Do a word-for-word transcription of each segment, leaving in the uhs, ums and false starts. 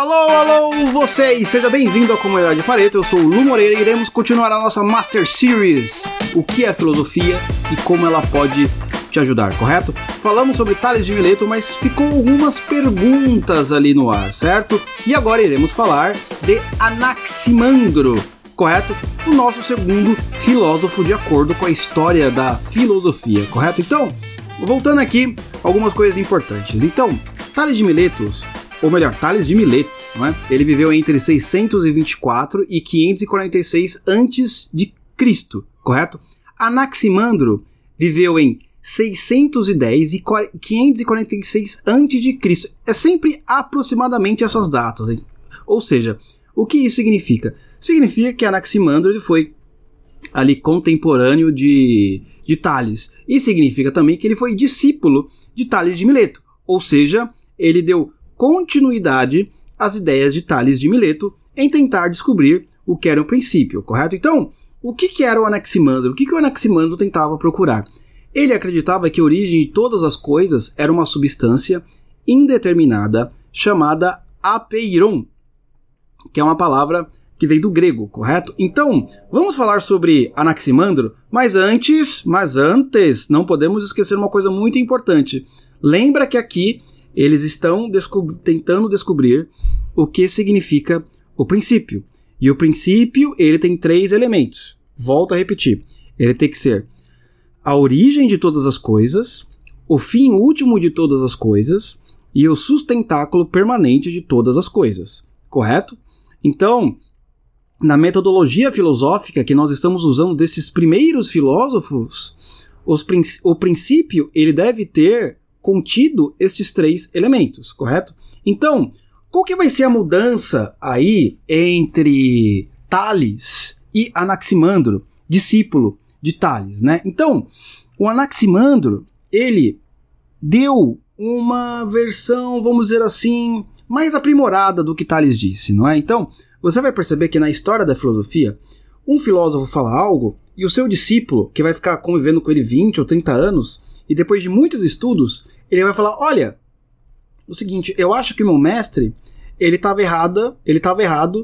Alô, alô, vocês! Seja bem-vindo à Comunidade Pareto, eu sou o Lu Moreira e iremos continuar a nossa Master Series, o que é filosofia e como ela pode te ajudar, correto? Falamos sobre Tales de Mileto, mas ficou algumas perguntas ali no ar, certo? E agora iremos falar de Anaximandro, correto? O nosso segundo filósofo de acordo com a história da filosofia, correto? Então, voltando aqui, algumas coisas importantes. Então, Tales de Mileto, ou melhor, Tales de Mileto, não é? Ele viveu entre seiscentos e vinte e quatro e quinhentos e quarenta e seis antes de Cristo, correto? Anaximandro viveu em seiscentos e dez e quinhentos e quarenta e seis antes de Cristo. É sempre aproximadamente essas datas, hein? Ou seja, o que isso significa? Significa que Anaximandro ele foi ali contemporâneo de, de Tales. E significa também que ele foi discípulo de Tales de Mileto. Ou seja, ele deu continuidade às ideias de Tales de Mileto em tentar descobrir o que era o princípio, correto? Então, o que, que era o Anaximandro? O que, que o Anaximandro tentava procurar? Ele acreditava que a origem de todas as coisas era uma substância indeterminada chamada apeiron, que é uma palavra que vem do grego, correto? Então, vamos falar sobre Anaximandro, mas antes, mas antes, não podemos esquecer uma coisa muito importante. Lembra que aqui eles estão descob- tentando descobrir o que significa o princípio. E o princípio, ele tem três elementos. Volto a repetir. Ele tem que ser a origem de todas as coisas, o fim último de todas as coisas e o sustentáculo permanente de todas as coisas. Correto? Então, na metodologia filosófica que nós estamos usando desses primeiros filósofos, os princ- o princípio ele deve ter contido estes três elementos, correto? Então, qual que vai ser a mudança aí entre Tales e Anaximandro, discípulo de Tales, né? Então, o Anaximandro, ele deu uma versão, vamos dizer assim, mais aprimorada do que Tales disse, não é? Então, você vai perceber que na história da filosofia, um filósofo fala algo e o seu discípulo, que vai ficar convivendo com ele vinte ou trinta anos, e depois de muitos estudos, ele vai falar, olha, o seguinte, eu acho que o meu mestre, ele estava errado, ele estava errado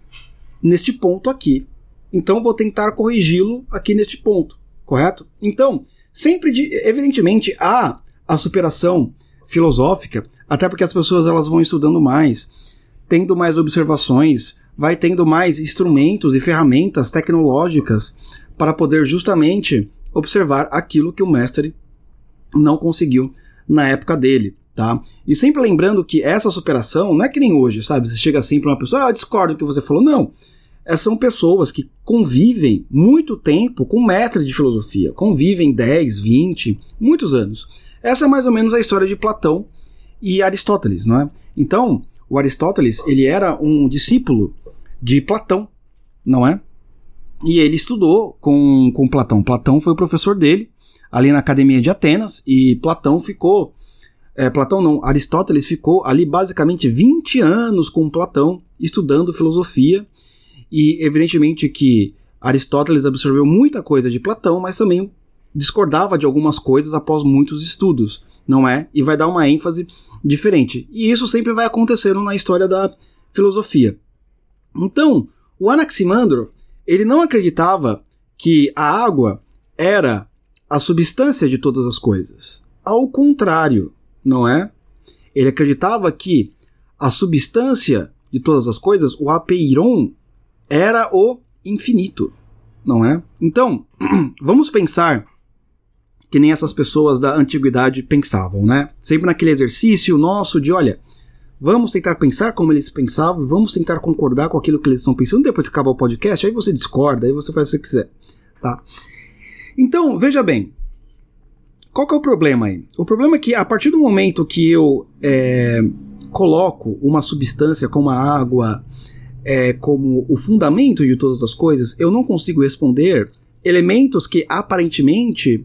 neste ponto aqui. Então vou tentar corrigi-lo aqui neste ponto, correto? Então, sempre, de, evidentemente, há a superação filosófica, até porque as pessoas elas vão estudando mais, tendo mais observações, vai tendo mais instrumentos e ferramentas tecnológicas para poder justamente observar aquilo que o mestre não conseguiu na época dele, tá? E sempre lembrando que essa superação não é que nem hoje, sabe? Você chega assim para uma pessoa, ah, eu discordo do que você falou. Não. Essas são pessoas que convivem muito tempo com mestre de filosofia, convivem dez, vinte, muitos anos. Essa é mais ou menos a história de Platão e Aristóteles, não é? Então, o Aristóteles, ele era um discípulo de Platão, não é? E ele estudou com, com Platão. Platão foi o professor dele, ali na Academia de Atenas, e Platão ficou, é, Platão não, Aristóteles ficou ali basicamente vinte anos com Platão, estudando filosofia, e evidentemente que Aristóteles absorveu muita coisa de Platão, mas também discordava de algumas coisas após muitos estudos, não é? E vai dar uma ênfase diferente. E isso sempre vai acontecendo na história da filosofia. Então, o Anaximandro, ele não acreditava que a água era a substância de todas as coisas. Ao contrário, não é? Ele acreditava que a substância de todas as coisas, o apeiron, era o infinito, não é? Então, vamos pensar que nem essas pessoas da antiguidade pensavam, né? Sempre naquele exercício nosso de, olha, vamos tentar pensar como eles pensavam, vamos tentar concordar com aquilo que eles estão pensando, depois que acabar o podcast, aí você discorda, aí você faz o que você quiser, tá? Então, veja bem, qual que é o problema aí? O problema é que a partir do momento que eu é, coloco uma substância como a água é, como o fundamento de todas as coisas, eu não consigo responder elementos que aparentemente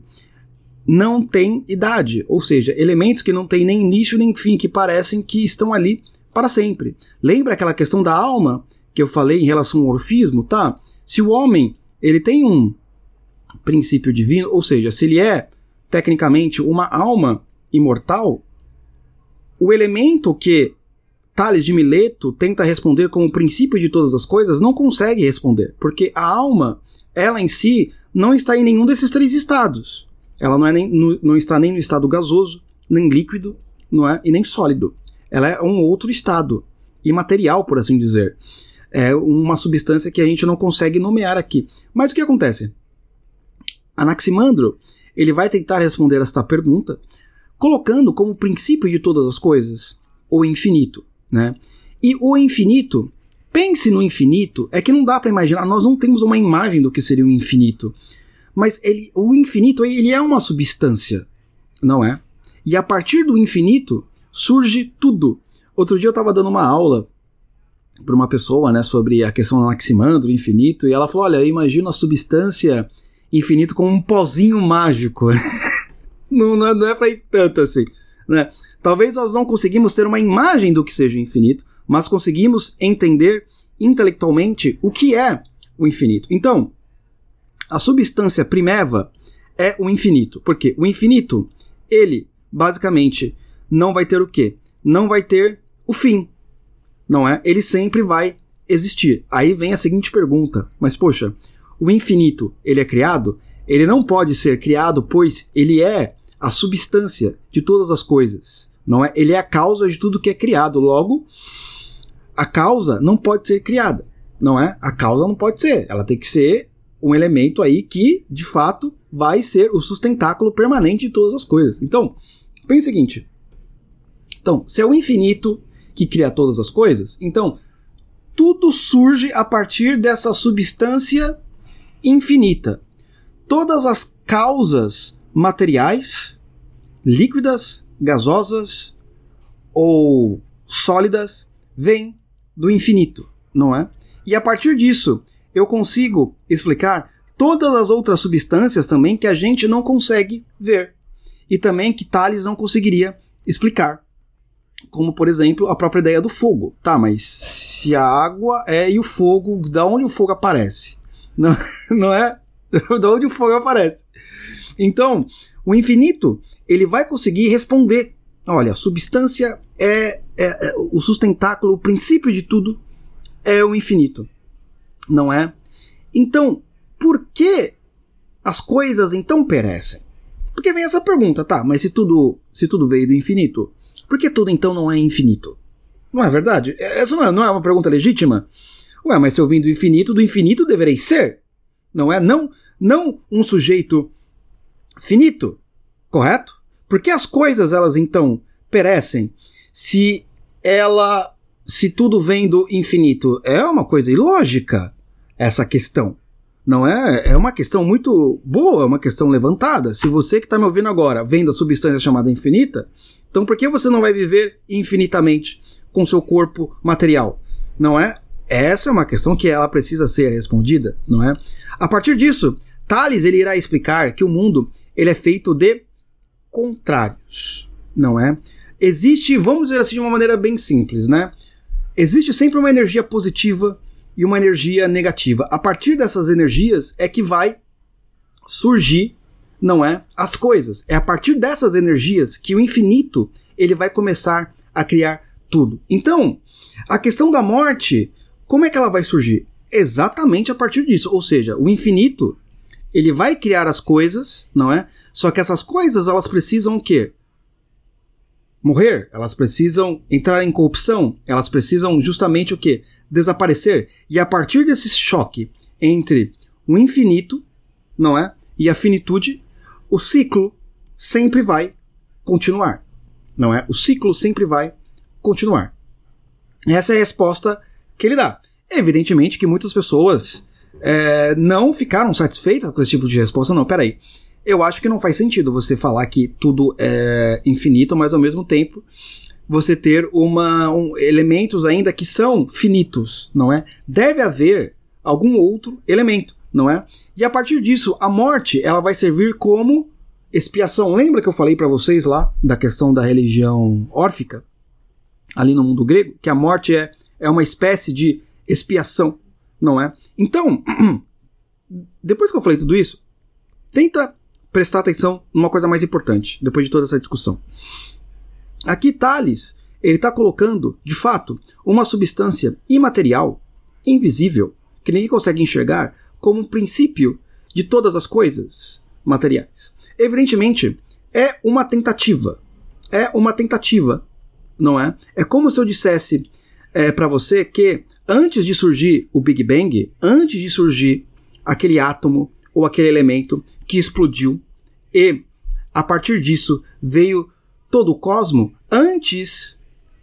não têm idade, ou seja, elementos que não têm nem início nem fim, que parecem que estão ali para sempre. Lembra aquela questão da alma que eu falei em relação ao orfismo, tá? Se o homem ele tem um princípio divino, ou seja, se ele é tecnicamente uma alma imortal, o elemento que Tales de Mileto tenta responder como o princípio de todas as coisas, não consegue responder, porque a alma, ela em si, não está em nenhum desses três estados. Ela não, é nem, no, não está nem no estado gasoso, nem líquido, não é? E nem sólido. Ela é um outro estado, imaterial, por assim dizer. É uma substância que a gente não consegue nomear aqui. Mas o que acontece? Anaximandro, ele vai tentar responder esta pergunta colocando como princípio de todas as coisas o infinito, né? E o infinito, pense no infinito, é que não dá para imaginar, nós não temos uma imagem do que seria o infinito, mas ele, o infinito ele é uma substância, não é? E a partir do infinito surge tudo. Outro dia eu estava dando uma aula para uma pessoa, né, sobre a questão do Anaximandro, infinito, e ela falou, olha, eu imagino a substância infinito como um pozinho mágico. não, não, não é para ir tanto assim, né? Talvez nós não conseguimos ter uma imagem do que seja o infinito, mas conseguimos entender intelectualmente o que é o infinito. Então, a substância primeva é o infinito, porque o infinito, ele, basicamente, não vai ter o quê? Não vai ter o fim, não é? Ele sempre vai existir. Aí vem a seguinte pergunta, mas poxa, o infinito, ele é criado? Ele não pode ser criado, pois ele é a substância de todas as coisas, não é? Ele é a causa de tudo que é criado, logo, a causa não pode ser criada, não é? A causa não pode ser, ela tem que ser um elemento aí que, de fato, vai ser o sustentáculo permanente de todas as coisas. Então, pense o seguinte, então, se é o infinito que cria todas as coisas, então, tudo surge a partir dessa substância infinita. Todas as causas materiais, líquidas, gasosas ou sólidas, vêm do infinito, não é? E a partir disso, eu consigo explicar todas as outras substâncias também que a gente não consegue ver. E também que Tales não conseguiria explicar. Como, por exemplo, a própria ideia do fogo. Tá, mas se a água é e o fogo, da onde o fogo aparece? Não, não é? De onde o fogo aparece? Então, o infinito, ele vai conseguir responder. Olha, a substância é, é, é o sustentáculo, o princípio de tudo é o infinito, não é? Então, por que as coisas então perecem? Porque vem essa pergunta, tá, mas se tudo, se tudo veio do infinito, por que tudo então não é infinito? Não é verdade? Essa não é, não é uma pergunta legítima? Ué, mas se eu vim do infinito, do infinito deverei ser, não é? Não, não um sujeito finito, correto? Por que as coisas, elas então perecem se ela, se tudo vem do infinito? É uma coisa ilógica essa questão, não é? É uma questão muito boa, é uma questão levantada. Se você que está me ouvindo agora vem da substância chamada infinita, então por que você não vai viver infinitamente com seu corpo material? Não é? Essa é uma questão que ela precisa ser respondida, não é? A partir disso, Tales ele irá explicar que o mundo ele é feito de contrários, não é? Existe, vamos dizer assim de uma maneira bem simples, né? Existe sempre uma energia positiva e uma energia negativa. A partir dessas energias é que vai surgir, não é, as coisas. É a partir dessas energias que o infinito ele vai começar a criar tudo. Então, a questão da morte, como é que ela vai surgir? Exatamente a partir disso. Ou seja, o infinito ele vai criar as coisas, não é? Só que essas coisas elas precisam o quê? Morrer. Elas precisam entrar em corrupção. Elas precisam justamente o quê? Desaparecer. E a partir desse choque entre o infinito, não é? E a finitude, o ciclo sempre vai continuar, não é? O ciclo sempre vai continuar. Essa é a resposta que ele dá. Evidentemente que muitas pessoas é, não ficaram satisfeitas com esse tipo de resposta. Não, peraí. Eu acho que não faz sentido você falar que tudo é infinito, mas ao mesmo tempo você ter uma, um, elementos ainda que são finitos, não é? Deve haver algum outro elemento, não é? E a partir disso, a morte ela vai servir como expiação. Lembra que eu falei para vocês lá da questão da religião órfica, ali no mundo grego, que a morte é, é uma espécie de expiação, não é? Então, depois que eu falei tudo isso, tenta prestar atenção numa coisa mais importante, depois de toda essa discussão. Aqui Tales, ele está colocando, de fato, uma substância imaterial, invisível, que ninguém consegue enxergar, como um princípio de todas as coisas materiais. Evidentemente, é uma tentativa. É uma tentativa, não é? É como se eu dissesse é, para você que antes de surgir o Big Bang, antes de surgir aquele átomo ou aquele elemento que explodiu e a partir disso veio todo o cosmo, antes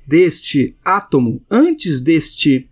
deste átomo, antes deste,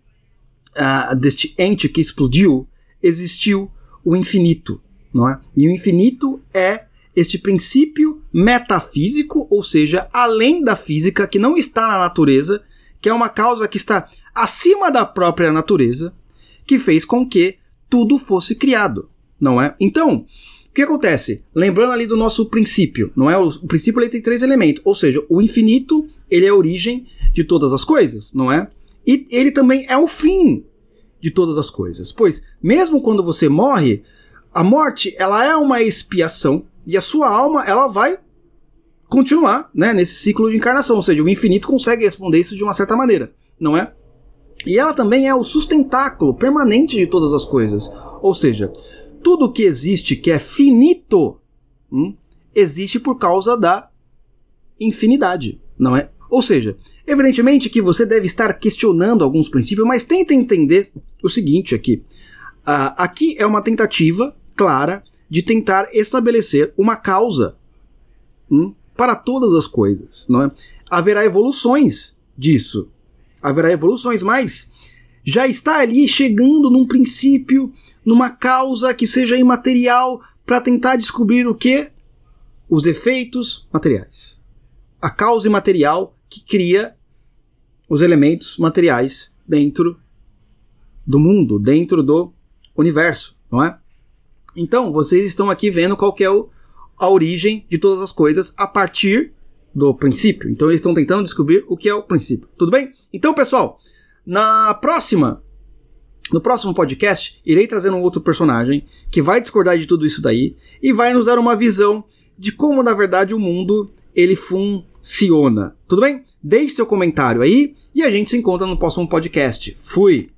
uh, deste ente que explodiu, existiu o infinito, não é? E o infinito é este princípio metafísico, ou seja, além da física, que não está na natureza, que é uma causa que está acima da própria natureza, que fez com que tudo fosse criado, não é? Então, o que acontece? Lembrando ali do nosso princípio, não é? O, o princípio ele tem três elementos, ou seja, o infinito, ele é a origem de todas as coisas, não é? E ele também é o fim de todas as coisas, pois mesmo quando você morre, a morte, ela é uma expiação e a sua alma, ela vai continuar, né, nesse ciclo de encarnação, ou seja, o infinito consegue responder isso de uma certa maneira, não é? E ela também é o sustentáculo permanente de todas as coisas, ou seja, tudo que existe que é finito, hum, existe por causa da infinidade, não é? Ou seja, evidentemente que você deve estar questionando alguns princípios, mas tenta entender o seguinte aqui. Uh, aqui é uma tentativa clara de tentar estabelecer uma causa hum, para todas as coisas, não é? Haverá evoluções disso, haverá evoluções, mas já está ali chegando num princípio, numa causa que seja imaterial para tentar descobrir o que? Os efeitos materiais. A causa imaterial que cria os elementos materiais dentro do mundo, dentro do universo, não é? Então, vocês estão aqui vendo qual que é o, a origem de todas as coisas a partir do princípio. Então, eles estão tentando descobrir o que é o princípio. Tudo bem? Então, pessoal, na próxima, no próximo podcast, irei trazer um outro personagem que vai discordar de tudo isso daí e vai nos dar uma visão de como, na verdade, o mundo ele funciona. Tudo bem? Deixe seu comentário aí e a gente se encontra no próximo podcast. Fui!